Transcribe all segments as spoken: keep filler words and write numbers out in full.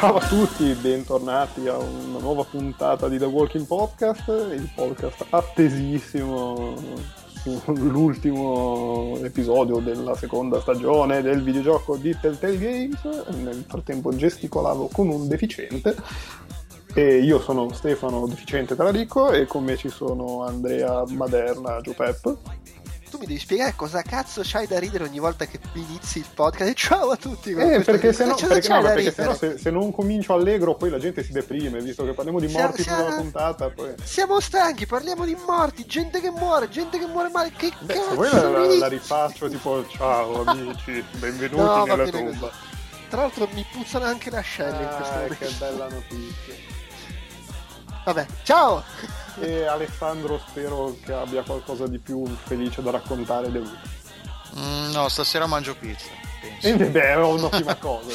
Ciao a tutti, bentornati a una nuova puntata di The Walking Podcast, il podcast attesissimo sull'ultimo episodio della seconda stagione del videogioco di Telltale Games. Nel frattempo gesticolavo con un deficiente e io sono Stefano Deficiente Talarico e con me ci sono Andrea Maderna Giuseppe. Tu mi devi spiegare cosa cazzo c'hai da ridere ogni volta che inizi il podcast. E ciao a tutti. Eh, perché se no, perché no, perché se, no se, se non comincio allegro poi la gente si deprime, visto che parliamo di morti siamo, sulla puntata. Poi... Siamo stanchi, parliamo di morti, gente che muore, gente che muore male. Che Beh, cazzo? Se vuoi la, la, la rifaccio tipo ciao amici, benvenuti no, nella tomba. Tra l'altro mi puzzano anche le ascelle ah, in questo momento. Che bella notizia. Vabbè, ciao! E Alessandro spero che abbia qualcosa di più felice da raccontare di lui. Mm, no, stasera mangio pizza. E eh, beh, è un'ottima cosa.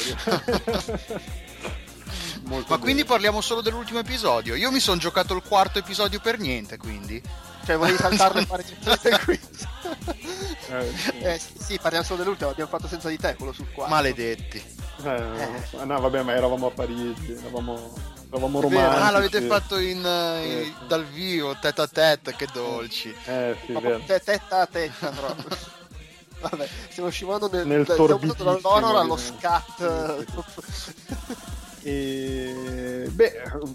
Ma bene. Quindi parliamo solo dell'ultimo episodio? Io mi sono giocato il quarto episodio per niente, quindi. Cioè volevi saltarlo e fare il quiz? eh, sì. Eh, sì, parliamo solo dell'ultimo, abbiamo fatto senza di te quello sul quarto. Maledetti. Eh, eh. No, vabbè, ma eravamo a Parigi, eravamo... Eravamo romantici. Ah, l'avete fatto in, in, eh, dal vivo, tête a tête, che dolci. Eh, sì, vero. Tête a tête, proprio. Vabbè, stiamo scivolando nel, nel torbidissimo dall'horror allo scat. E beh,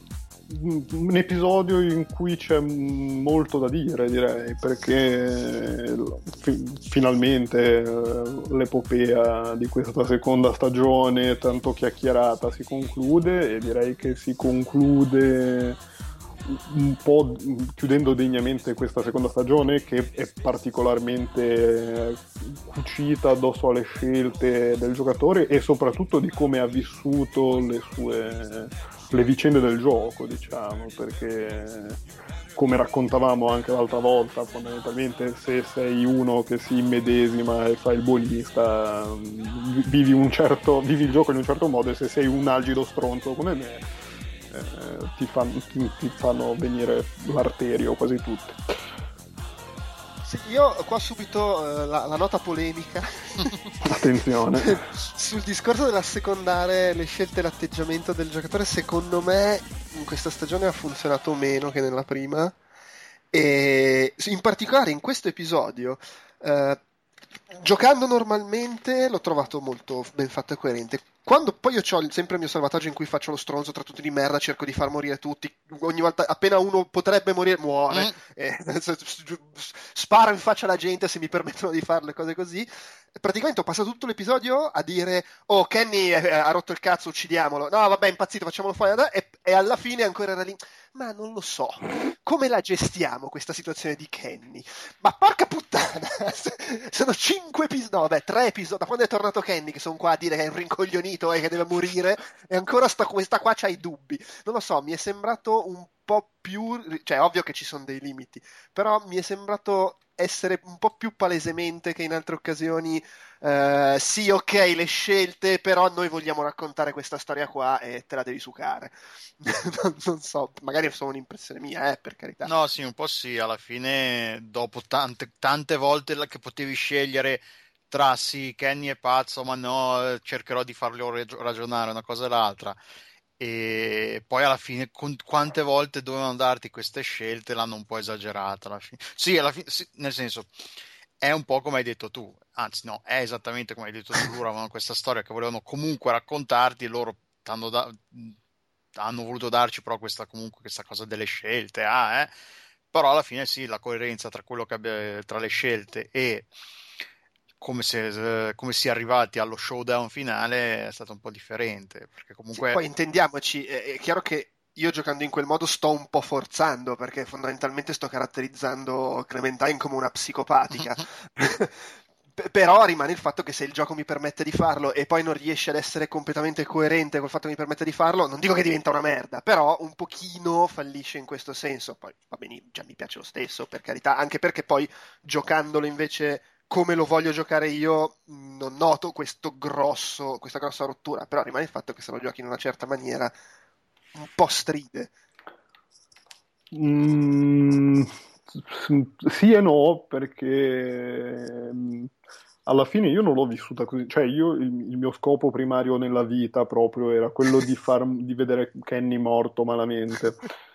un episodio in cui c'è molto da dire, direi, perché fi- finalmente l'epopea di questa seconda stagione tanto chiacchierata si conclude, e direi che si conclude un po' chiudendo degnamente questa seconda stagione, che è particolarmente cucita addosso alle scelte del giocatore e soprattutto di come ha vissuto le sue le vicende del gioco, diciamo, perché come raccontavamo anche l'altra volta, fondamentalmente se sei uno che si immedesima e fa il buonista vivi un certo vivi il gioco in un certo modo, e se sei un algido stronzo come me eh, ti, fanno, ti, ti fanno venire l'arterio quasi tutte. Sì, io qua subito uh, la, la nota polemica. Attenzione. Sul discorso dell'assecondare le scelte e l'atteggiamento del giocatore, secondo me in questa stagione ha funzionato meno che nella prima, e in particolare in questo episodio uh, giocando normalmente l'ho trovato molto ben fatto e coerente. Quando poi io ho sempre il mio salvataggio in cui faccio lo stronzo tra tutti di merda, cerco di far morire tutti, ogni volta appena uno potrebbe morire muore, mm. e, sparo in faccia alla gente se mi permettono di fare le cose così. Praticamente ho passato tutto l'episodio a dire oh Kenny ha rotto il cazzo, uccidiamolo, no vabbè impazzito, facciamolo fuori, e, e alla fine ancora era lì, ma non lo so come la gestiamo questa situazione di Kenny, ma porca puttana, sono cinque episodi, no vabbè tre episodi, da quando è tornato Kenny che sono qua a dire che è un rincoglionito e che deve morire, e ancora sta, questa qua c'ha i dubbi, non lo so, mi è sembrato un po' più, cioè ovvio che ci sono dei limiti, però mi è sembrato essere un po' più palesemente che in altre occasioni uh, sì ok le scelte, però noi vogliamo raccontare questa storia qua e te la devi sucare. non, non so, magari è solo un'impressione mia, eh, per carità. No sì, un po' sì, alla fine dopo tante, tante volte che potevi scegliere tra sì, Kenny è pazzo, ma no, cercherò di farlo ragionare una cosa e l'altra, e poi alla fine con quante volte dovevano darti queste scelte l'hanno un po' esagerata alla fine. Sì, alla fine, sì, nel senso è un po' come hai detto tu, anzi no, è esattamente come hai detto tu, loro avevano questa storia che volevano comunque raccontarti, loro t'hanno da- hanno voluto darci però questa comunque questa cosa delle scelte, ah, eh? Però alla fine sì, la coerenza tra quello che abbia, tra le scelte e come se come si è arrivati allo showdown finale è stato un po' differente, perché comunque sì, poi intendiamoci, è, è chiaro che io giocando in quel modo sto un po' forzando, perché fondamentalmente sto caratterizzando Clementine come una psicopatica. P- però rimane il fatto che se il gioco mi permette di farlo e poi non riesce ad essere completamente coerente col fatto che mi permette di farlo, non dico che diventa una merda, però un pochino fallisce in questo senso. Poi va bene, cioè, mi piace lo stesso, per carità, anche perché poi giocandolo invece come lo voglio giocare io non noto questo grosso, questa grossa rottura, però rimane il fatto che se lo giochi in una certa maniera un po' stride. Mm, sì e no, perché alla fine io non l'ho vissuta così, cioè io il, il mio scopo primario nella vita proprio era quello di, far, di vedere Kenny morto malamente.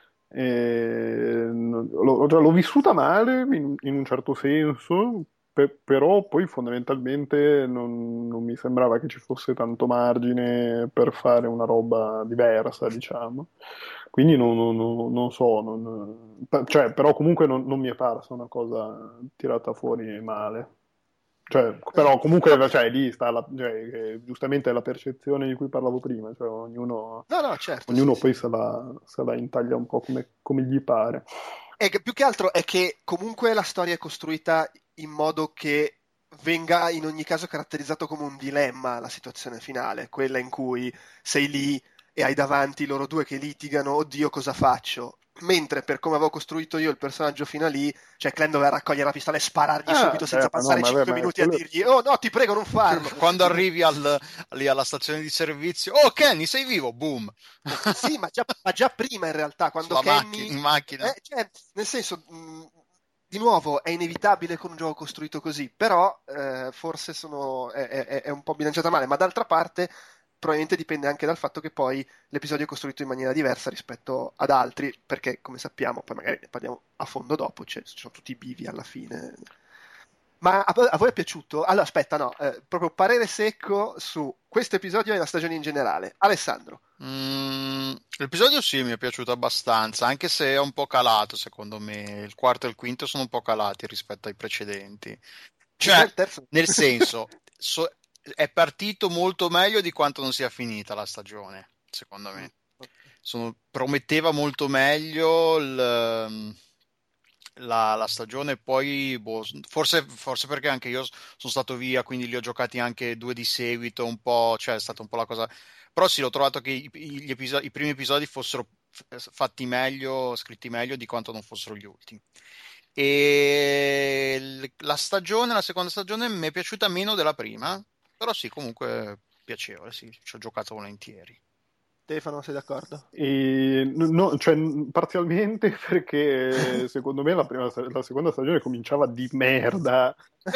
E, l'ho, cioè, l'ho vissuta male in, in un certo senso, pe- però poi fondamentalmente non, non mi sembrava che ci fosse tanto margine per fare una roba diversa, diciamo. Quindi non, non- non- non so, non- cioè, però comunque non, non mi è parsa una cosa tirata fuori male. Cioè, Eh, però comunque vabbè. cioè, lì sta la, cioè, eh, giustamente la percezione di cui parlavo prima, cioè, ognuno, No, no, certo, sì, ognuno sì. poi se la, se la intaglia un po' come, come gli pare. E che- più che altro è che comunque la storia è costruita in modo che venga in ogni caso caratterizzato come un dilemma la situazione finale, quella in cui sei lì e hai davanti loro due che litigano, oddio cosa faccio? Mentre per come avevo costruito io il personaggio fino a lì, cioè Clem doveva raccogliere la pistola e sparargli Ah, subito beh, senza ma no, passare ma, beh, cinque ma minuti a quello... dirgli oh no, ti prego non farlo. Quando arrivi al, lì alla stazione di servizio, oh Kenny, sei vivo? Boom! Sì, ma già, ma già prima in realtà, quando Sulla macchina, Kenny... in macchina. eh, cioè, nel senso, mh, di nuovo, è inevitabile con un gioco costruito così, però eh, forse sono, è, è- è un po' bilanciata male, ma d'altra parte probabilmente dipende anche dal fatto che poi l'episodio è costruito in maniera diversa rispetto ad altri, perché come sappiamo, poi magari ne parliamo a fondo dopo, cioè, ci sono tutti i bivi alla fine. Ma a, a voi è piaciuto? Allora, aspetta, no, eh, proprio parere secco su questo episodio e la stagione in generale. Alessandro. Mm, l'episodio sì, mi è piaciuto abbastanza, anche se è un po' calato, secondo me. Il quarto e il quinto sono un po' calati rispetto ai precedenti. E già Cioè, il terzo. nel senso, so- è partito molto meglio di quanto non sia finita la stagione, secondo Mm, me. ok. Sono- prometteva molto meglio il- la, la stagione, poi boh, forse, forse perché anche io sono stato via, quindi li ho giocati anche due di seguito, un po', cioè è stata un po' la cosa. Però sì, l'ho trovato che i, gli episodi- i primi episodi fossero f- fatti meglio, scritti meglio di quanto non fossero gli ultimi. E l- la stagione, la seconda stagione mi è piaciuta meno della prima, però sì, comunque piacevole, sì, ci ho giocato volentieri. Stefano, sei d'accordo? E, no, cioè, parzialmente perché secondo me la, prima, la seconda stagione cominciava di merda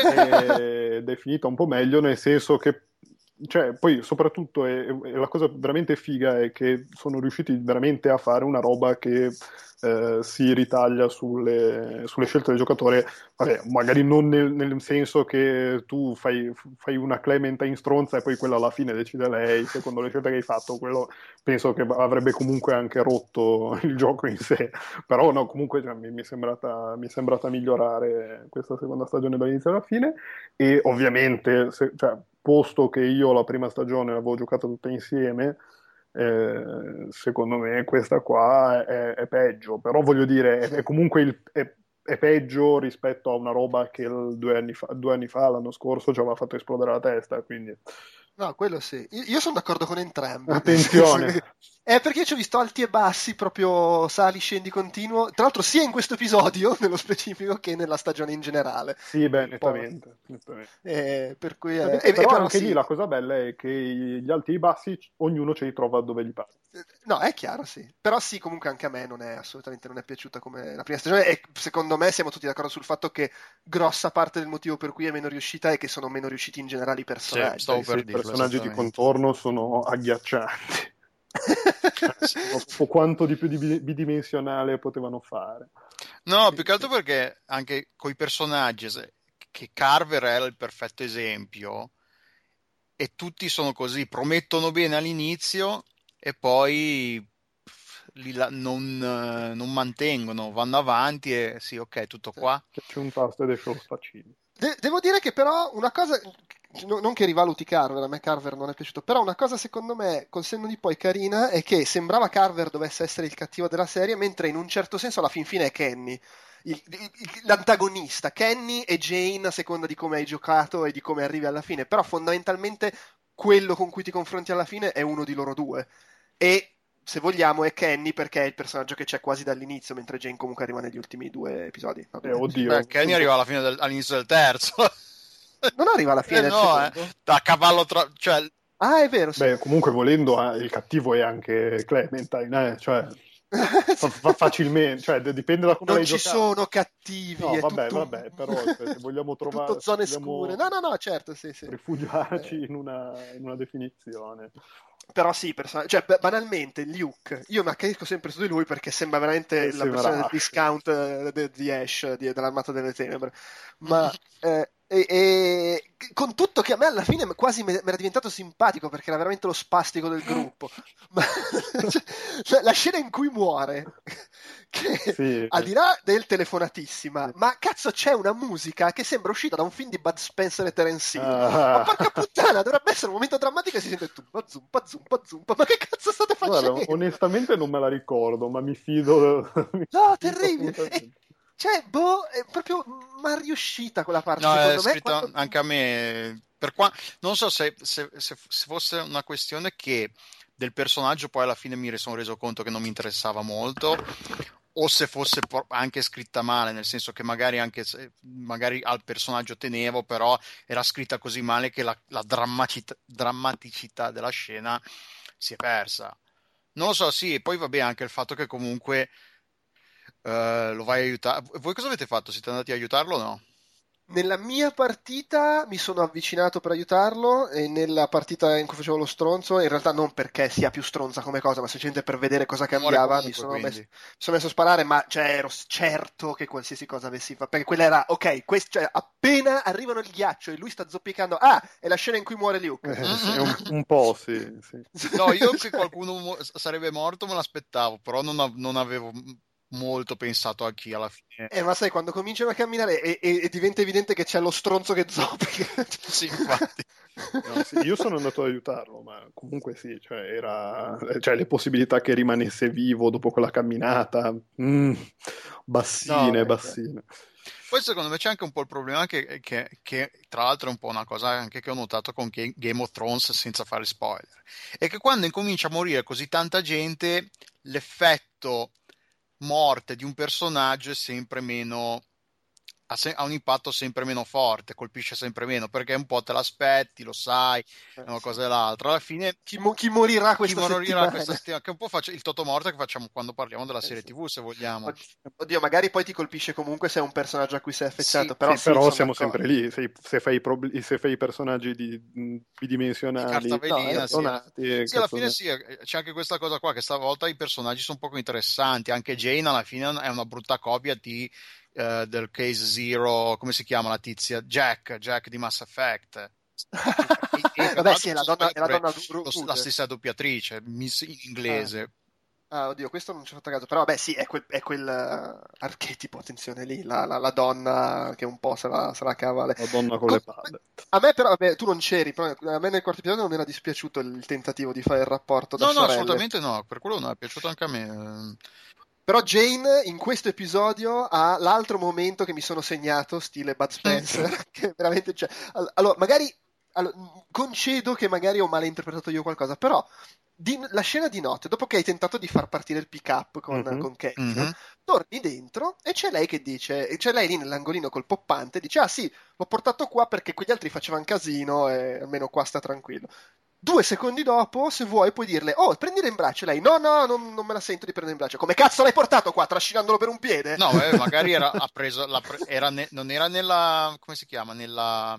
ed è finita un po' meglio, nel senso che, cioè, poi soprattutto è, è la cosa veramente figa è che sono riusciti veramente a fare una roba che eh, si ritaglia sulle, sulle scelte del giocatore. Vabbè, magari non nel, nel senso che tu fai, fai una Clementine stronza e poi quella alla fine decide lei, secondo le scelte che hai fatto, quello penso che avrebbe comunque anche rotto il gioco in sé. Però no, comunque cioè, mi, mi è sembrata, mi è sembrata migliorare questa seconda stagione dall'inizio alla fine e ovviamente, se- cioè, posto che io la prima stagione l'avevo giocata tutta insieme, eh, secondo me questa qua è, è peggio, però voglio dire, è, è comunque il, è, è peggio rispetto a una roba che il- due anni fa, due anni fa, l'anno scorso, ci aveva fatto esplodere la testa, quindi No, quello sì. Io, io sono d'accordo con entrambi, nel senso attenzione. che... È perché io ci ho visto alti e bassi, proprio sali, scendi continuo, tra l'altro sia in questo episodio, nello specifico, che nella stagione in generale. Sì, beh, Un po'. nettamente, nettamente. Eh, per cui è... Nettamente, e- e però però anche lì sì, la cosa bella è che gli alti e i bassi, ognuno ce li trova dove gli pare. eh, no, è chiaro, sì. Però sì, comunque anche a me non è assolutamente non è piaciuta come la prima stagione e secondo me siamo tutti d'accordo sul fatto che grossa parte del motivo per cui è meno riuscita è che sono meno riusciti in generale i Sì, personaggi. stavo Sì, sì, per i dirlo personaggi di esattamente. contorno sono agghiaccianti. Cioè, dopo quanto di più di- bidimensionale potevano fare. No, Sì, più che sì. altro perché anche coi personaggi, se- che Carver era il perfetto esempio, e tutti sono così, promettono bene all'inizio e poi pff, li la- non, eh, non mantengono, vanno avanti e sì, ok, tutto Sì. qua. C'è un tasto ed esce lo spaccino. De- devo dire che però una cosa, no- non che rivaluti Carver, a me Carver non è piaciuto, però una cosa secondo me col senno di poi carina è che sembrava Carver dovesse essere il cattivo della serie, mentre in un certo senso alla fin fine è Kenny, il- il- il- l'antagonista, Kenny e Jane a seconda di come hai giocato e di come arrivi alla fine, però fondamentalmente quello con cui ti confronti alla fine è uno di loro due. E se vogliamo è Kenny perché è il personaggio che c'è quasi dall'inizio, mentre Jane comunque arriva negli ultimi due episodi. Va Eh, bene, sì. Beh, oddio, Kenny arriva alla fine del- all'inizio del terzo. Non arriva alla Eh fine del no, eh. secondo? Da cavallo tra... cioè, Ah, è vero, sì. beh, comunque volendo, eh, il cattivo è anche Clementine, eh, cioè... fa- fa- facilmente, cioè d- dipende da come Non l'hai ci giocato. sono cattivi, No, è vabbè, tutto, vabbè, però se, se vogliamo tutto trovare, se zone scure. vogliamo No, no, no, certo, sì, sì. rifugiarci Eh, in una, in una definizione. Però sì, person- cioè, b- banalmente, Luke, io mi accanisco sempre su di lui perché sembra veramente Eh, la sembra versione del Ash. discount eh, de- di Ash, di- dell'Armata delle Tenebre. Ma eh, e, e- con tutto che a me alla fine quasi mi era diventato simpatico perché era veramente lo spastico del gruppo. Ma cioè, cioè, la scena in cui muore, che Sì. al di là del telefonatissima, ma cazzo c'è una musica che sembra uscita da un film di Bud Spencer e Terence Hill. Ma Ah. porca puttana, dovrebbe essere un momento drammatico e si sente zumpa zumpa zumpa zumpa. Ma che cazzo state Guarda, facendo? onestamente non me la ricordo, ma mi fido, mi No, fido terribile. E, assolutamente. cioè, boh, è proprio mal riuscita quella parte, No, è secondo me. scritto Quando... anche a me. Per qua... Non so se, se- se- se fosse una questione che del personaggio poi alla fine mi sono reso conto che non mi interessava molto, o se fosse po- anche scritta male, nel senso che magari anche se, magari al personaggio tenevo, però era scritta così male che la, la drammaci- drammaticità della scena si è persa. Non lo so, sì, e poi vabbè anche il fatto che comunque eh, lo vai a aiutare. Voi cosa avete fatto? Siete andati a aiutarlo o no? Nella mia partita mi sono avvicinato per aiutarlo e nella partita in cui facevo lo stronzo, in realtà non perché sia più stronza come cosa, ma semplicemente per vedere cosa Muore cambiava, mi comunque, sono messo, quindi. mi sono messo a sparare, ma cioè, ero certo che qualsiasi cosa avessi fatto, perché quella era, ok, quest- cioè, appena arrivano il ghiaccio e lui sta zoppicando, ah, è la scena in cui muore Luke. Eh, sì, è un, un po', sì, sì. No, io che qualcuno mu- sarebbe morto me l'aspettavo, però non, av- non avevo molto pensato a chi alla fine. Eh, ma sai, quando cominciano a camminare e, e- e diventa evidente che c'è lo stronzo che zoppica. Sì, infatti. No, sì, io sono andato ad aiutarlo, ma comunque sì, cioè, era, cioè, le possibilità che rimanesse vivo dopo quella camminata, mm, No, bassine, beh, chiaro. bassine. Poi secondo me c'è anche un po' il problema che, che- che, tra l'altro è un po' una cosa anche che ho notato con Ga- Game of Thrones senza fare spoiler, è che quando incomincia a morire così tanta gente, l'effetto morte di un personaggio è sempre meno, ha, se- ha un impatto sempre meno forte, colpisce sempre meno, perché un po' te l'aspetti, lo sai, Eh, è una sì. cosa e l'altra. Alla fine Chi, mo- chi morirà chi questa morirà settimana? questa settimana, che un po' faccia il Totomorte che facciamo quando parliamo della Eh, serie sì. T V, se vogliamo. Od- Oddio, magari poi ti colpisce comunque se è un personaggio a cui sei Sì, affezionato, però Sì, sì, però sono siamo d'accordo. sempre lì, se, se fai, i prob- se fai i personaggi di, mh, di bidimensionali, No, è carta sì, alla, cartonati, eh, sì, alla cazzo fine ne- sì, eh, c'è anche questa cosa qua che stavolta i personaggi sono poco interessanti, anche Jane alla fine è una brutta copia di, eh, del Case Zero, come si chiama la tizia? Jack, Jack di Mass Effect. E, e tra Vabbè, sì, l'altro è la so donna, sbaglio è la pure donna ru- lo- la rude. stessa doppiatrice, Miss in Ah, inglese. ah, oddio, questo non ci ho fatto caso, però vabbè, sì, è quel, è quel eh, archetipo, attenzione lì, la, la- la donna che un po' se la, se la cava. le- la donna con le Com- palle. A me però, vabbè, tu non c'eri, però a me nel quarto episodio non era dispiaciuto il tentativo di fare il rapporto da No, no, sorelle. assolutamente no, per quello non è piaciuto anche a me. Però Jane in questo episodio ha l'altro momento che mi sono segnato, stile Bud Spencer, che veramente c'è. All- Allora, magari allora, concedo che magari ho male interpretato io qualcosa, però di- la scena di notte, dopo che hai tentato di far partire il pick-up con, Mhm. con Kate, Mhm. torni dentro e c'è lei che dice, e c'è lei lì nell'angolino col poppante, dice, ah sì, l'ho portato qua perché quegli altri facevano casino e almeno qua sta tranquillo. Due secondi dopo, se vuoi, puoi dirle: Oh, prendila in braccio. Lei: No, no, non, non me la sento di prendere in braccio. Come cazzo l'hai portato qua, trascinandolo per un piede? No, eh, magari era, ha preso, l'ha pre- era ne- non era nella, come si chiama, nella,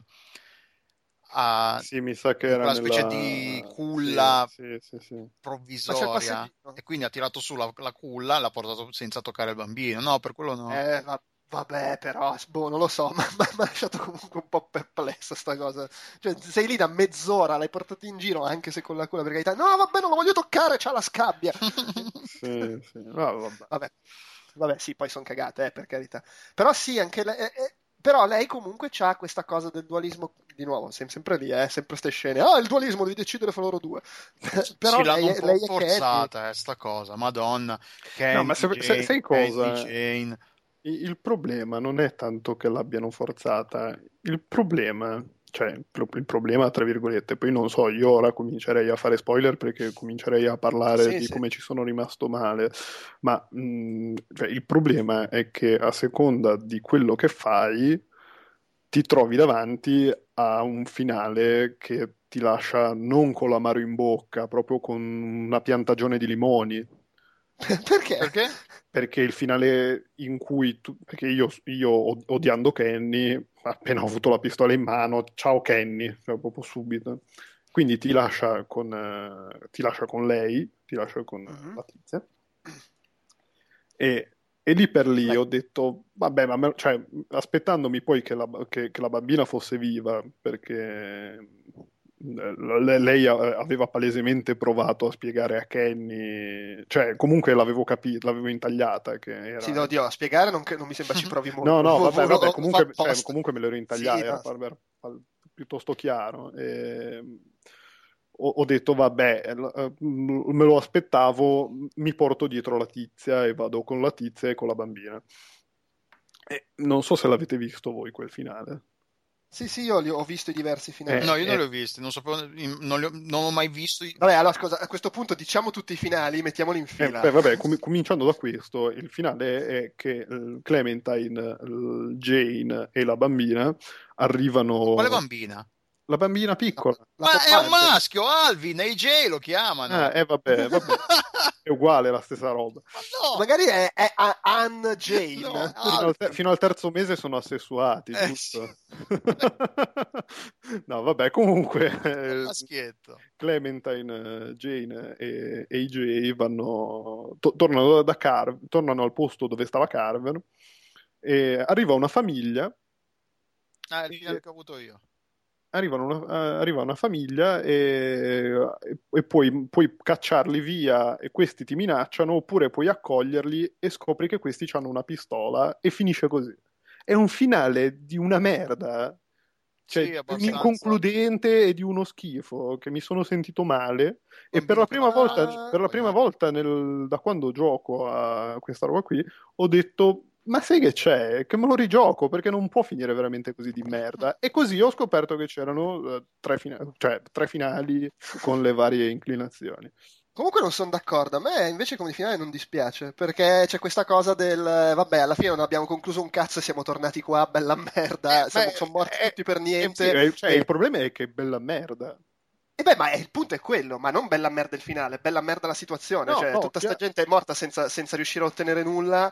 a- Sì, mi sa che in era quella specie di nella... Sì, culla sì, sì, sì. Ma c'è il provvisoria passeggino. e quindi ha tirato su la, la culla e l'ha portato senza toccare il bambino. No, per quello no. Eh, va- vabbè, però, boh, non lo so, ma mi ha lasciato comunque un po' perplessa sta cosa. Cioè, sei lì da mezz'ora, l'hai portato in giro, anche se con la culla, per carità. No, vabbè, non lo voglio toccare, c'ha la scabbia. Sì, sì. Ah, vabbè. Vabbè, vabbè, sì, poi sono cagate, eh, per carità. Però sì, anche lei, eh, eh, però lei comunque c'ha questa cosa del dualismo, di nuovo, sem- sempre lì, eh, sempre ste scene. Ah, il dualismo, devi decidere fra loro due. Sì, Però l'hanno lei un è, po' lei è Candy. forzata, eh, sta cosa. Madonna, No, ma Candy se- se- Jane, sai Candy cosa? Jane. I- Il problema non è tanto che l'abbiano forzata, il problema, cioè il pro- il problema tra virgolette, poi non so, io ora comincerei a fare spoiler perché comincerei a parlare Sì, di sì. come ci sono rimasto male, ma mh, cioè, il problema è che a seconda di quello che fai ti trovi davanti a un finale che ti lascia non con l'amaro in bocca, proprio con una piantagione di limoni. Perché? Perché? Perché il finale in cui tu, perché io, io od- odiando Kenny, appena ho avuto la pistola in mano, ciao Kenny, cioè proprio subito. Quindi ti lascia con, eh, ti lascia con lei, ti lascia con eh, Mhm. la tizia. E, e lì per lì Beh, ho detto, vabbè, ma me- cioè, aspettandomi poi che la, che- che la bambina fosse viva, perché eh, le- lei a- aveva palesemente provato a spiegare a Kenny, cioè comunque l'avevo capito, l'avevo intagliata che sì, era... no, Dio, a spiegare non, che- non mi sembra ci provi No, molto. no, Vo- vabbè, vo- lo- vabbè, lo fa comunque, cioè, apposta. comunque me l'ero Sì, intagliata, era no. pa- era pa- piuttosto chiaro. E ho, ho detto, vabbè, eh, l- eh, m- me lo aspettavo, mi porto dietro la tizia e vado con la tizia e con la bambina. E non so se l'avete visto voi quel finale. Sì, sì, io li ho visto i diversi Eh, No, finali. io non eh, li ho visti, non sapevo, non, li ho, non ho mai visto. i- Vabbè, allora scusa, a questo punto diciamo tutti i finali, mettiamoli in eh, fila. beh, vabbè, com- cominciando da questo, il finale è che eh, Clementine, eh, Jane e la bambina Quale arrivano, bambina? la bambina La, piccola. la Ma è un poppante. maschio, Alvin, A J lo Ah, chiamano. eh, vabbè, vabbè, è uguale la stessa roba. Ma no, Magari è, è A- Anne no, Jane. Fino al, te- Alvin. fino al terzo mese sono assessuati, Eh sì, giusto? No, vabbè, comunque è un eh, maschietto. Clementine, eh, Jane e A J vanno, to- tornano da Car- tornano al posto dove stava Carver e arriva una famiglia Ah, è il finale e che ho avuto io. arrivano una, eh, arriva una famiglia e, e puoi, puoi cacciarli via e questi ti minacciano, oppure puoi accoglierli e scopri che questi hanno una pistola e finisce così. È un finale di una merda, cioè Sì, di un abbastanza. inconcludente e di uno schifo, che mi sono sentito male e per la Bambino prima volta, piccolo. per la prima volta nel- da quando gioco a questa roba qui, ho detto, ma sai che c'è? Che me lo rigioco perché non può finire veramente così di merda. E così ho scoperto che c'erano eh, tre, fina- cioè, tre finali con le varie inclinazioni. Comunque non sono d'accordo, a me invece come finale non dispiace, perché c'è questa cosa del, eh, vabbè, alla fine non abbiamo concluso un cazzo e siamo tornati qua, bella Eh, merda, siamo, beh, sono morti eh, tutti per eh, sì, niente, eh, cioè, il e, problema è che è bella merda. e beh, ma il punto è quello, ma non bella merda il finale, bella merda la situazione, No, cioè no, tutta sta chiaro. gente è morta senza, senza riuscire a ottenere nulla,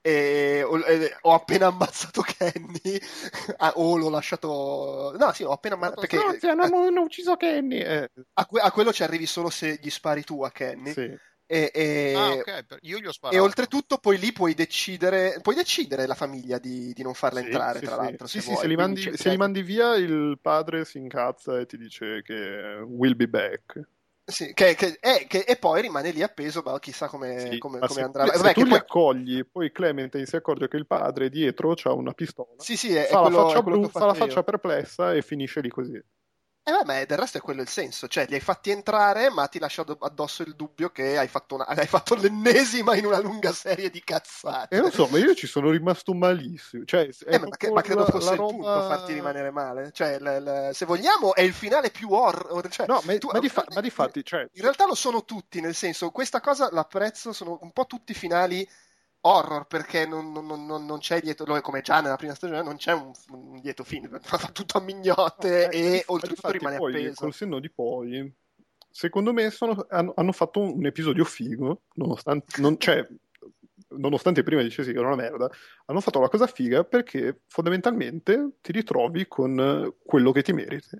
e ho, e ho appena ammazzato Kenny, ah, o l'ho lasciato, no sì, ho appena ammazzato, Tanto perché Stronzi, hanno, a, hanno ucciso Kenny. Eh, a que- a quello ci arrivi solo se gli spari tu a Kenny, sì. e, Ah, e- ok, per- io gli ho e sparato. oltretutto poi lì puoi decidere, puoi decidere la famiglia di, di non farla Sì, entrare, sì, tra sì, l'altro, sì, se sì, se vuoi. li Quindi c'è mandi, se c'è li anche... mandi via il padre si incazza e ti dice che will be back. Sì, che, che- e, che- e poi rimane lì appeso, ma chissà come, Sì, come- ma come se, andrà. se Vabbè, tu che li poi... accogli, poi Clementine si accorge che il padre dietro ha una pistola, Sì, sì, è, è fa la quello, faccia è quello che blu, ho fa la fatto faccia io. perplessa e finisce lì così. E vabbè, del resto è quello il senso, cioè li hai fatti entrare, ma ti lascia addo- addosso il dubbio che hai fatto, una- hai fatto l'ennesima in una lunga serie di E non cazzate. so, ma io ci sono rimasto malissimo. Cioè, Eh, è ma, che- proprio ma credo la, la fosse il punto farti roba. rimanere male. Cioè, l- l- se vogliamo, è il finale più horror. Cioè, No, ma, tu, ma in, di, fa- ma di in- fatti, cioè, in se- realtà lo sono tutti, nel senso, questa cosa l'apprezzo, sono un po' tutti finali horror, perché non, non- non- non- non c'è dietro, lo- come già nella prima stagione, non c'è un, un lieto fine, fa tutto a no, mignotte ma, ma di, e ma oltretutto difatti rimane poi, col appeso. senno di poi, secondo me sono- hanno, hanno fatto un episodio figo, nonostante, non, cioè, nonostante prima dicessi che era una merda, hanno fatto la cosa figa perché fondamentalmente ti ritrovi con eh, quello che ti meriti.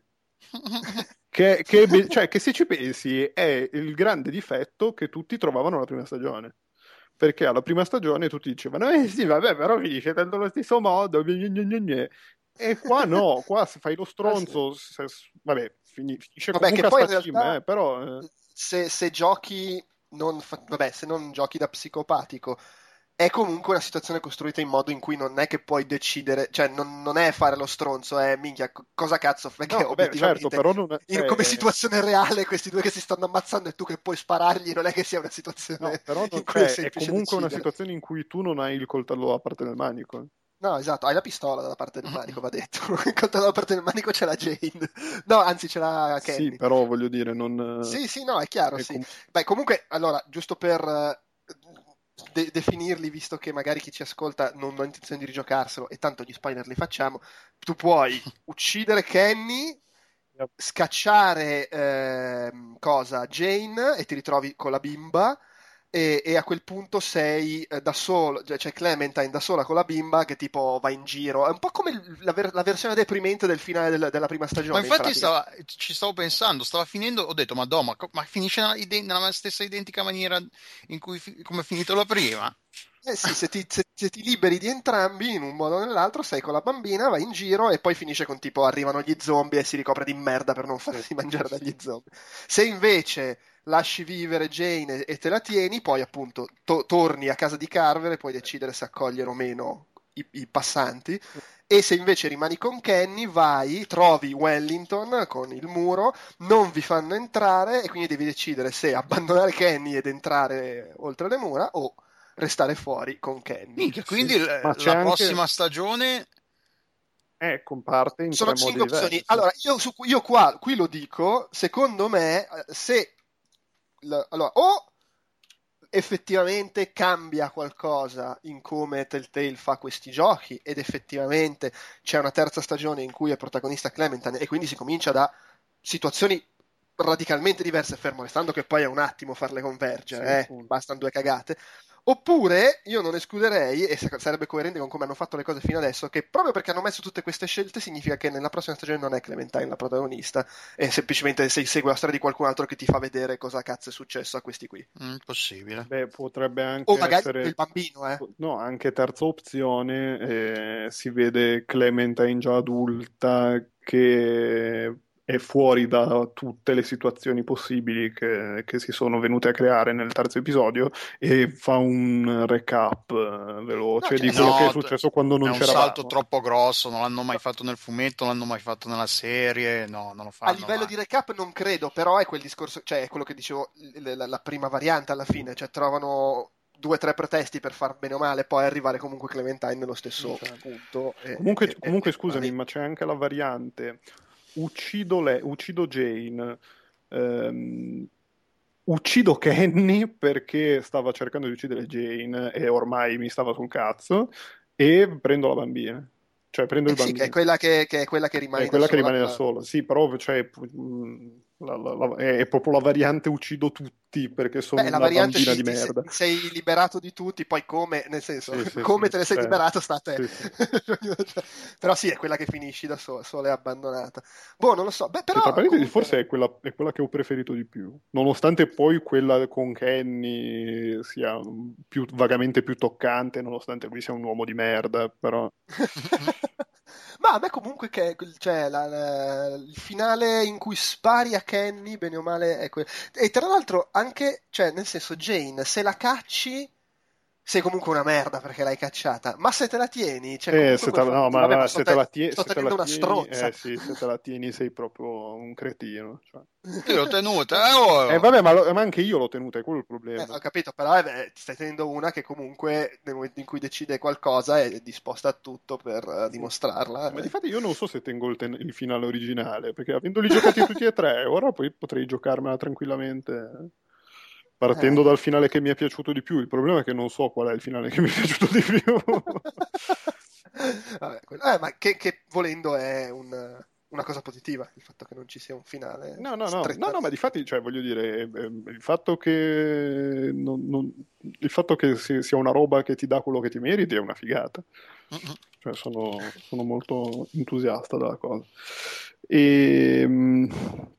Che, che è be- cioè, che se ci pensi è il grande difetto che tutti trovavano alla prima stagione. Perché alla prima stagione tutti dicevano, eh sì, vabbè, però finisce tanto allo stesso modo, gne, gne, gne, gne. E qua no, qua se fai lo Ah, sì. stronzo, se- vabbè, fini- finisce Vabbè, che comunque a poi in sta cima, realtà eh, però... eh, se, se giochi, non fa- vabbè, se non giochi da psicopatico, è comunque una situazione costruita in modo in cui non è che puoi decidere, cioè non, non è fare lo stronzo, è minchia, co- cosa cazzo, perché no, vabbè, certo, obiettivamente però non è- in- cioè, come eh, situazione reale questi due che si stanno ammazzando e tu che puoi sparargli, non è che sia una no, situazione però non- in cui è cioè, è semplice comunque una decidere. situazione in cui tu non hai il coltello da parte del manico. No, esatto, hai la pistola dalla parte del manico, va detto. Intanto dalla parte del manico c'è la Jane. No, anzi c'è la Sì, Kenny. però voglio dire, non... Sì, sì, no, è chiaro, eh, è sì. com- Beh, comunque, allora, giusto per eh, de- definirli, visto che magari chi ci ascolta non ha intenzione di rigiocarselo e tanto gli spoiler li facciamo, tu puoi uccidere Kenny, scacciare ehm, cosa? Jane e ti ritrovi con la bimba, e, e a quel punto sei eh, da solo, cioè c'è Clementine da sola con la bimba che tipo va in giro, è un po' come il- la, ver- la versione deprimente del finale del- della prima Ma stagione in infatti pratica. stava- ci stavo pensando, stava finendo, ho detto, Madonna, ma, co- ma finisce nella, iden- nella stessa identica maniera in cui fi- come è finito la prima? Eh sì, se ti, se- se ti liberi di entrambi in un modo o nell'altro, sei con la bambina, vai in giro e poi finisce con tipo arrivano gli zombie e si ricopre di merda per non Sì, farsi mangiare sì, dagli sì. zombie. Se invece lasci vivere Jane e te la tieni, poi appunto to- torni a casa di Carver e puoi decidere se accogliere o meno i, i passanti. E se invece rimani con Kenny, vai, trovi Wellington con il muro, non vi fanno entrare e quindi devi decidere se abbandonare Kenny ed entrare oltre le mura o restare fuori con Kenny. Minchia, Sì. quindi Ma l- c'è la anche, prossima stagione. eh, comparte in Sono tre modi cinque opzioni. diversi. Allora, io, su, io qua, qui lo dico, secondo me, eh, se l- allora, o effettivamente cambia qualcosa in come Telltale fa questi giochi ed effettivamente c'è una terza stagione in cui è protagonista Clementine e quindi si comincia da situazioni radicalmente diverse, fermo restando che poi è un attimo farle Sì, convergere, eh, appunto. bastano due cagate. Oppure io non escluderei, e sarebbe coerente con come hanno fatto le cose fino adesso, che proprio perché hanno messo tutte queste scelte significa che nella prossima stagione non è Clementine la protagonista, è semplicemente se segue la storia di qualcun altro che ti fa vedere cosa cazzo è successo a questi qui. Mm, possibile. Beh, potrebbe O anche magari il essere, bambino, eh. no, anche terza opzione, eh, si vede Clementine già adulta che è fuori da tutte le situazioni possibili che, che si sono venute a creare nel terzo episodio e fa un recap eh, No, veloce cioè, di quello che è No, t- successo quando è non un salto c'eravamo. troppo grosso, non l'hanno mai no, fatto nel fumetto, non l'hanno mai fatto nella serie, no, non lo a fanno livello mai. di recap non credo, però è quel discorso, cioè è quello che dicevo, l- la, la prima variante alla fine, cioè trovano due o tre pretesti per far bene o male, poi arrivare comunque Clementine nello stesso Cioè, punto e, comunque, e- e- comunque, e scusami, vai. ma c'è anche la variante uccido, le- uccido Jane, ehm, uccido Kenny perché stava cercando di uccidere Jane e ormai mi stava sul cazzo e prendo la bambina, cioè prendo Eh il sì, che è bambino. quella che, che è quella che È rimani da quella che sola rimane con da la... sola, sì, però cioè, mh, la- la- la- è è proprio la variante uccido tutti perché sono Beh, la una variante bambina ti, di ti se- merda. ti sei liberato di tutti, poi come, nel senso, Sì, sì, come sì, te ne sei cioè, liberato sta a te. sì, sì. Cioè, però sì, è quella che finisci da sola, sola e abbandonata. Boh, non lo so. Beh, Che tra però parentesi forse comunque... è quella, è quella che ho preferito di più, nonostante poi quella con Kenny sia più, vagamente più toccante, nonostante lui sia un uomo di merda, però... Ma a me comunque che, cioè, la- la- il finale in cui spari a Kenny, bene o male, è quello. E tra l'altro anche, cioè, nel senso, Jane, se la cacci, sei comunque una merda perché l'hai cacciata. Ma se te la tieni, c'è Eh, comunque se quel te, fatto no, di, ma, vabbè, ma ma sto, se te te- la tie- sto se te la tenendo una tieni, stronza. eh sì, se te la tieni sei proprio un cretino. Cioè. Io l'ho tenuta, eh, Eh, oh! vabbè, ma, lo- ma anche io l'ho tenuta, è quello il Eh, problema. ho capito, però eh, beh, ti stai tenendo una che comunque nel momento in cui decide qualcosa è disposta a tutto per eh, dimostrarla. Ma eh. difatti io non so se tengo il, ten- il finale originale, perché avendoli giocati tutti e tre, ora poi potrei giocarmela tranquillamente, eh, partendo Eh. dal finale che mi è piaciuto di più. Il problema è che non so qual è il finale che mi è piaciuto di più. Vabbè, quello- eh, ma che, che volendo è un- una cosa positiva, il fatto che non ci sia un finale No, no, no, no, no, ma strettamente. difatti, cioè, voglio dire, eh, eh, il fatto che, non- non- il fatto che si- sia una roba che ti dà quello che ti meriti è una figata. Mm-mm. Cioè, sono, sono molto entusiasta della cosa. E mh,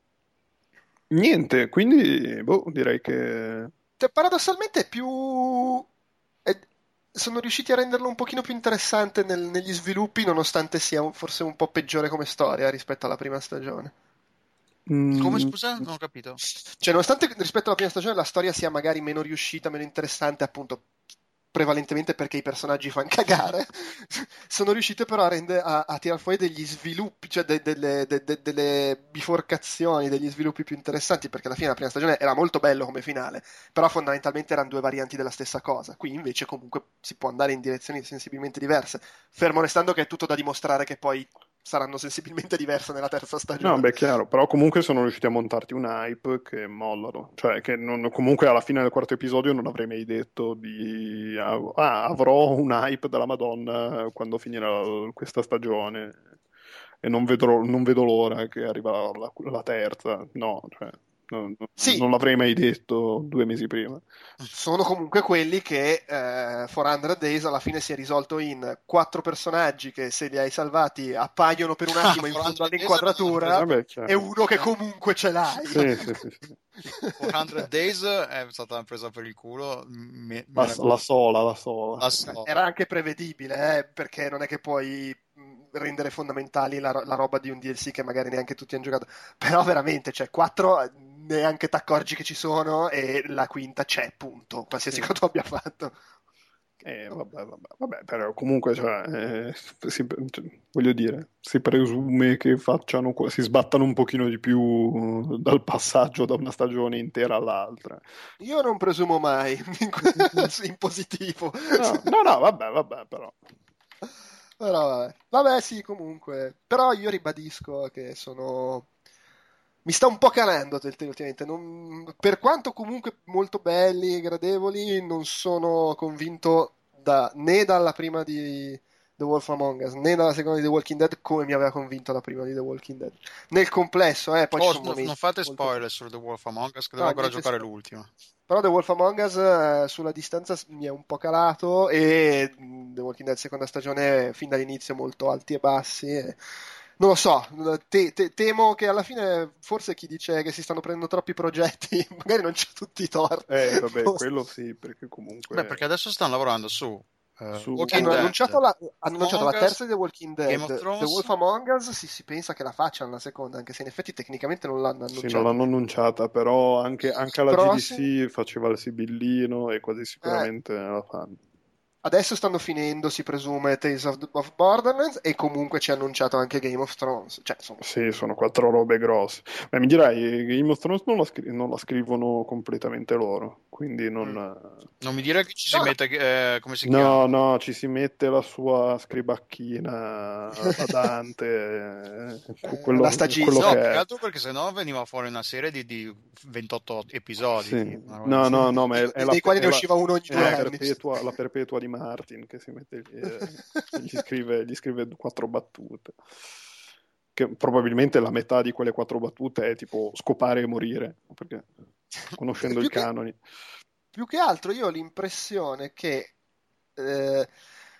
niente, quindi, boh, direi che... Cioè, paradossalmente è più... è- sono riusciti a renderlo un pochino più interessante nel- negli sviluppi, nonostante sia un- forse un po' peggiore come storia rispetto alla prima stagione. Come mh, scusa? Non ho capito. Cioè, nonostante rispetto alla prima stagione la storia sia magari meno riuscita, meno interessante, appunto, prevalentemente perché i personaggi fanno cagare, sono riuscite però a, rende- a, a tirar fuori degli sviluppi, cioè de- delle, de- de- delle biforcazioni, degli sviluppi più interessanti, perché alla fine la prima stagione era molto bello come finale, però fondamentalmente erano due varianti della stessa cosa. Qui invece comunque si può andare in direzioni sensibilmente diverse, fermo restando che è tutto da dimostrare che poi saranno sensibilmente diverse nella terza No, stagione. beh, chiaro, però comunque sono riusciti a montarti un hype che mollano, cioè che non- comunque alla fine del quarto episodio non avrei mai detto di ah, avrò un hype della Madonna quando finirà questa stagione e non vedrò- non vedo l'ora che arriva la, la terza, no, cioè, non, non- Sì, non l'avrei mai detto due mesi prima. sono comunque quelli che eh, quattrocento Days alla fine si è risolto in quattro personaggi che, se li hai salvati, appaiono per un attimo in fondo quattrocento Days non l'ho all'inquadratura, preso Vabbè, e chiaro. uno che comunque ce l'hai. Sì, sì, sì, sì. quattrocento Days è stata una presa per il culo, me, me La, ne- la sola, la sola. la so. Era anche prevedibile, eh, perché non è che puoi mh, rendere fondamentali la, ro- la roba di un D L C che magari neanche tutti hanno giocato. Però veramente, cioè, quattro eh, neanche ti accorgi che ci sono, e la quinta c'è, punto. Qualsiasi Sì. cosa tu abbia fatto. Eh, vabbè, vabbè, vabbè, però comunque, cioè, eh, si- cioè, voglio dire, si presume che facciano, qua- si sbattano un pochino di più dal passaggio da una stagione intera all'altra. Io non presumo mai in, in positivo. No, no, no, vabbè, vabbè, però. Però vabbè. Vabbè, sì, comunque. Però io ribadisco che sono. Mi sta un po' calando Telltale ultimamente. Non- Per quanto comunque molto belli, gradevoli, non sono convinto da- né dalla prima di The Wolf Among Us né dalla seconda di The Walking Dead, come mi aveva convinto la prima di The Walking Dead. Nel complesso, eh, poi ci Oh, sono no- non momenti fate molto. spoiler su The Wolf Among Us, che devo No, ancora niente giocare spo- l'ultima. Però The Wolf Among Us eh, sulla distanza s- mi è un po' calato, e mh, The Walking Dead seconda stagione fin dall'inizio molto alti e bassi. e- Non lo so, te- te- temo che alla fine forse chi dice che si stanno prendendo troppi progetti magari non c'ha tutti i torti. Eh, vabbè, Forse. quello sì, perché Beh, perché comunque adesso stanno lavorando su eh, su... Walking Hanno Dead, annunciato la, hanno annunciato la Among Us, terza di The Walking Game of Dead. The Thrones. Wolf Among Us si, si pensa che la facciano la seconda, anche se in effetti tecnicamente non l'hanno Sì, non annunciata. l'hanno annunciata, però anche, anche I alla prossimi. G D C faceva il sibillino e quasi eh, sicuramente la fanno. Adesso stanno finendo, si presume, Tales of, of Borderlands, e comunque ci ha annunciato anche Game of Thrones. Cioè, insomma. Sì, sono quattro robe grosse. Beh, mi dirai, Game of Thrones non la, scri- non la scrivono completamente loro, quindi non... Mm. Non mi dire che ci si No, no. mette, eh, come si No, chiama? no, ci si mette la sua scribacchina badante, eh, que- Eh, la quello, quello stagista. No, che più che è. altro perché sennò veniva fuori una serie di, di ventotto episodi, Sì. tipo, una roba del No, no, genere. no, ma è, è la, Dei quali è ne la- usciva uno ogni è due la anni. perpetua, la perpetua di Martin che si mette lì, eh, e gli scrive, gli scrive quattro battute. Che probabilmente la metà di quelle quattro battute è tipo scopare e morire, perché conoscendo il Più che, canoni. più che altro io ho l'impressione che, eh,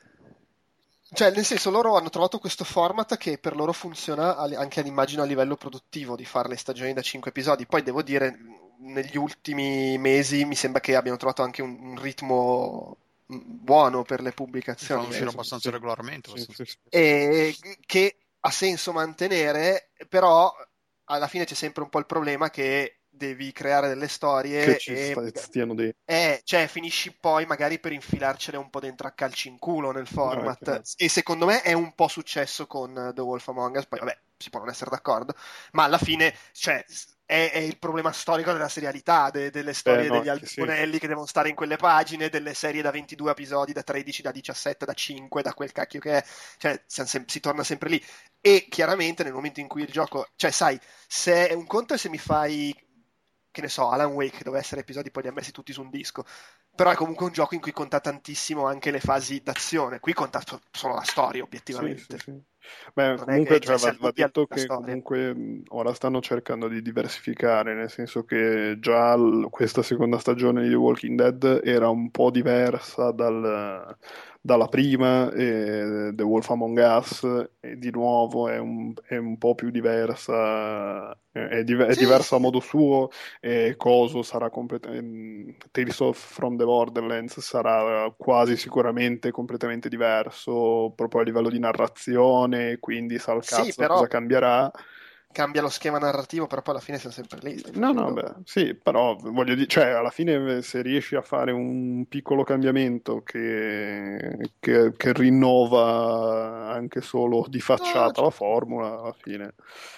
cioè, nel senso, loro hanno trovato questo format che per loro funziona a- anche, immagino, a livello produttivo, di fare le stagioni da cinque episodi. Poi devo dire, negli ultimi mesi mi sembra che abbiano trovato anche un, un ritmo mm, buono per le Si fanno pubblicazioni. uscire eh. abbastanza Sì, regolarmente, sì, abbastanza sì, sì. spesso. E che ha senso mantenere, però alla fine c'è sempre un po' il problema che devi creare delle Che storie ci e sta- stiano dentro. eh, cioè, finisci poi magari per infilarcene un po' dentro a calci in culo nel No, è format. chiaro. E secondo me è un po' successo con eh, The Wolf Among Us. Poi, vabbè, si può non essere d'accordo, ma alla fine, cioè, è, è il problema storico della serialità, de- delle Eh, storie no, degli è che sì. albonelli che devono stare in quelle pagine, delle serie da ventidue episodi, da tredici, da diciassette, da cinque, da quel cacchio che è. Cioè, siamo sem- si torna sempre lì. E chiaramente nel momento in cui il gioco, cioè, sai, se un conto è se mi fai, che ne so, Alan Wake, dove essere episodi poi li ha messi tutti su un disco, però è comunque un gioco in cui conta tantissimo anche le fasi d'azione. Qui conta so- solo la storia, Sì, sì, obiettivamente. sì. Beh, Non è comunque che, cioè, cioè, si va, va allunga detto la che storia. comunque mh, ora stanno cercando di diversificare, nel senso che già l- questa seconda stagione di The Walking Dead era un po' diversa dal- dalla prima, e The Wolf Among Us e di nuovo è un, è un po' più diversa, è, è div- è Sì, diversa a sì. modo suo, e Coso sarà completamente... Tales of from the Borderlands sarà quasi sicuramente completamente diverso proprio a livello di narrazione, quindi sa il Sì, cazzo cosa però cambierà. cambia lo schema narrativo, però poi alla fine siamo sempre lì, stai No, no, facendo. beh, sì, però voglio dire, cioè, alla fine se riesci a fare un piccolo cambiamento che, che- che rinnova anche solo di No, facciata la certo. formula, alla fine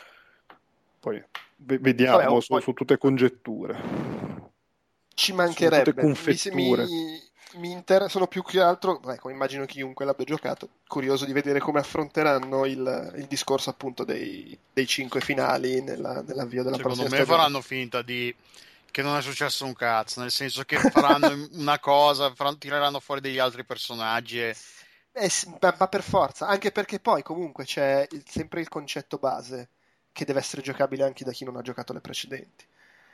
poi ve- Vabbè, vediamo, oh, sono poi sono tutte congetture, ci sono tutte mancherebbe. Mi, se- confetture. mi, mi inter- sono più che altro, ecco, immagino chiunque l'abbia giocato, curioso di vedere come affronteranno il, il discorso appunto dei, dei cinque finali nella- nell'avvio della Secondo prossima me stagione. faranno finta di che non è successo un cazzo, nel senso che faranno una cosa, faranno- tireranno fuori degli altri personaggi e Eh sì, ma, ma per forza, anche perché poi comunque c'è il- sempre il concetto base che deve essere giocabile anche da chi non ha giocato le precedenti.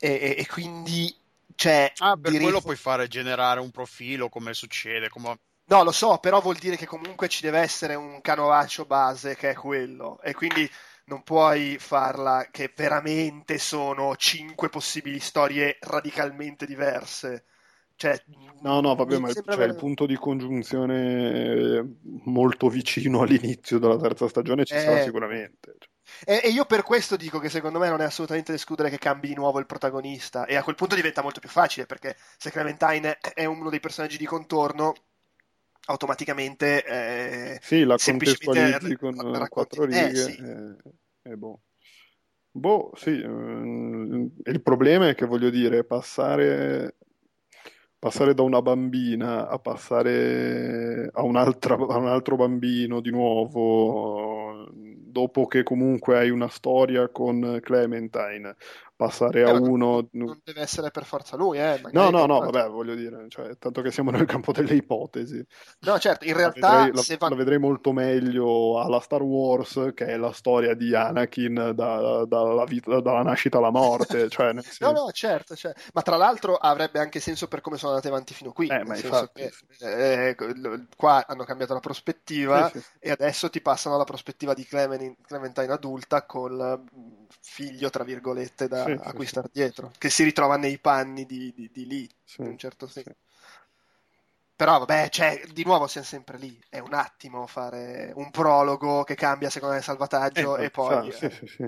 e, e, e quindi cioè, ah, per direi... quello puoi fare generare un profilo come succede, come... No, lo so, però vuol dire che comunque ci deve essere un canovaccio base che è quello, e quindi non puoi farla che veramente sono cinque possibili storie radicalmente diverse. Cioè, No, no, vabbè, mi ma c'è sembra il ver- punto di congiunzione molto vicino all'inizio della terza stagione, ci sarà eh, sicuramente. E, e io per questo dico che secondo me non è assolutamente da escludere che cambi di nuovo il protagonista, e a quel punto diventa molto più facile, perché se Clementine è uno dei personaggi di contorno, automaticamente eh, Sì, la semplicemente contestualizzi con r- eh, racconti... quattro Eh righe sì, e, e boh. Boh, sì, ehm, il problema è che voglio dire, passare, passare da una bambina a passare a un'altra, a un altro bambino di nuovo, dopo che comunque hai una storia con Clementine, passare a eh, ma non, non- uno... non deve essere per forza lui, eh, No, magari no, no, qualcun vabbè, voglio dire, cioè, tanto che siamo nel campo delle ipotesi. No, certo, in La realtà vedrei, la- se la va... vedrei molto meglio alla Star Wars, che è la storia di Anakin da- dalla, vita- dalla nascita alla morte, cioè nel No, senso... no, certo, cioè- ma tra l'altro avrebbe anche senso per come sono andate avanti fino qui, Eh, nel ma senso infatti, che sì, eh, l- qua hanno cambiato la sì, prospettiva sì, sì, e adesso ti passano alla prospettiva di Clemen- Clementine adulta col mm, figlio, tra virgolette, da, sì, a sì, cui sì, star dietro, che si ritrova nei panni di, di, di Lee, sì, in un certo sì. senso. Però vabbè, cioè, di nuovo siamo sempre lì, è un attimo fare un prologo che cambia secondo me il Eh, salvataggio ma- e fa- poi... sì, eh, sì, sì,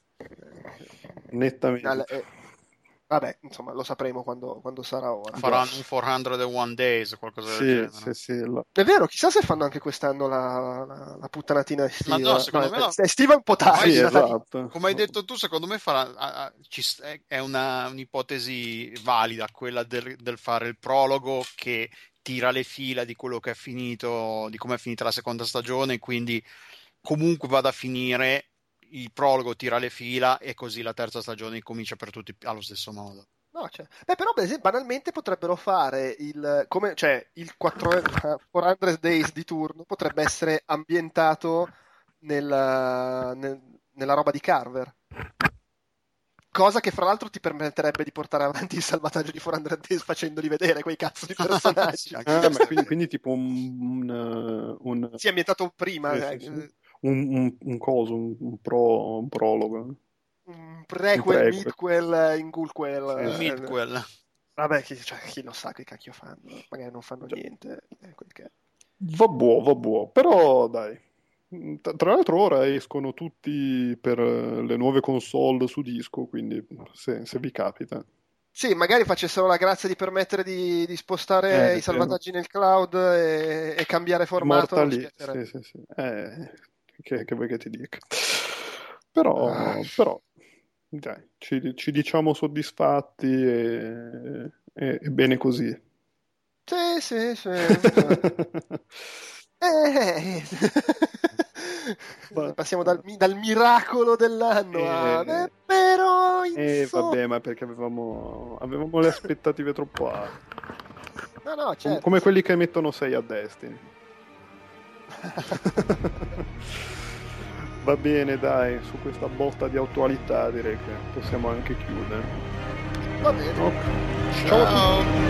eh, al- nettamente. eh, vabbè, insomma, lo sapremo quando, quando sarà ora. Già. faranno un quattrocentouno Days o qualcosa del Sì, sì, genere. sì, la- È vero, chissà se fanno anche quest'anno la, la, la puttanatina Ma no, estiva. No, secondo è- me la- estiva è un po' ormai tardi, sì, se- natalizia. esatto. come hai detto tu, secondo me farà, ah, ah, ci s- è è una, un'ipotesi valida quella del, del fare il prologo che tira le fila di quello che è finito, di come è finita la seconda stagione, quindi comunque vada a finire, il prologo tira le fila e così la terza stagione comincia per tutti allo stesso modo. No, cioè- Beh, però, per esempio, banalmente potrebbero fare il, come, cioè, il quattro, quattrocento Days di turno potrebbe essere ambientato nel- nel- nella roba di Carver. Cosa che fra l'altro ti permetterebbe di portare avanti il salvataggio di quattrocento Days facendoli vedere quei cazzo di Sì, personaggi. anche Ah, ma questo. quindi, quindi tipo un, un, un- Si è ambientato prima, sì, sì, sì. eh, Un, un- un coso, un, un pro- un prologo, un un prequel, prequel. midquel, Sì, Un ingulquel. sì. eh, midquel. Vabbè, chi, cioè, chi lo sa che cacchio fanno? Magari non fanno Già. niente. È quel che è. Va buono, va buono, però dai. Tra tra l'altro ora escono tutti per eh, le nuove console su disco, quindi se, se vi capita. Sì, magari facessero la grazia di permettere di, di spostare Eh, i sì. salvataggi nel cloud e, e cambiare È formato, morta non mi lì, sì, spiacerebbe. sì, sì. Eh, che, che vuoi che ti dica? Però, Ah, però dai, ci, ci diciamo soddisfatti e, e- e bene così. sì, sì, sì. Cioè. Eh, Va- passiamo dal, mi- dal miracolo dell'anno a... E, eh, però, e insomma... vabbè, ma perché avevamo, avevamo le aspettative troppo alte. No, no, Com- certo. come Sì. quelli che mettono sei a Destiny. Va bene, dai, su questa botta di attualità direi che possiamo anche chiudere. Va bene. Ok. Ciao a tutti. Ciao.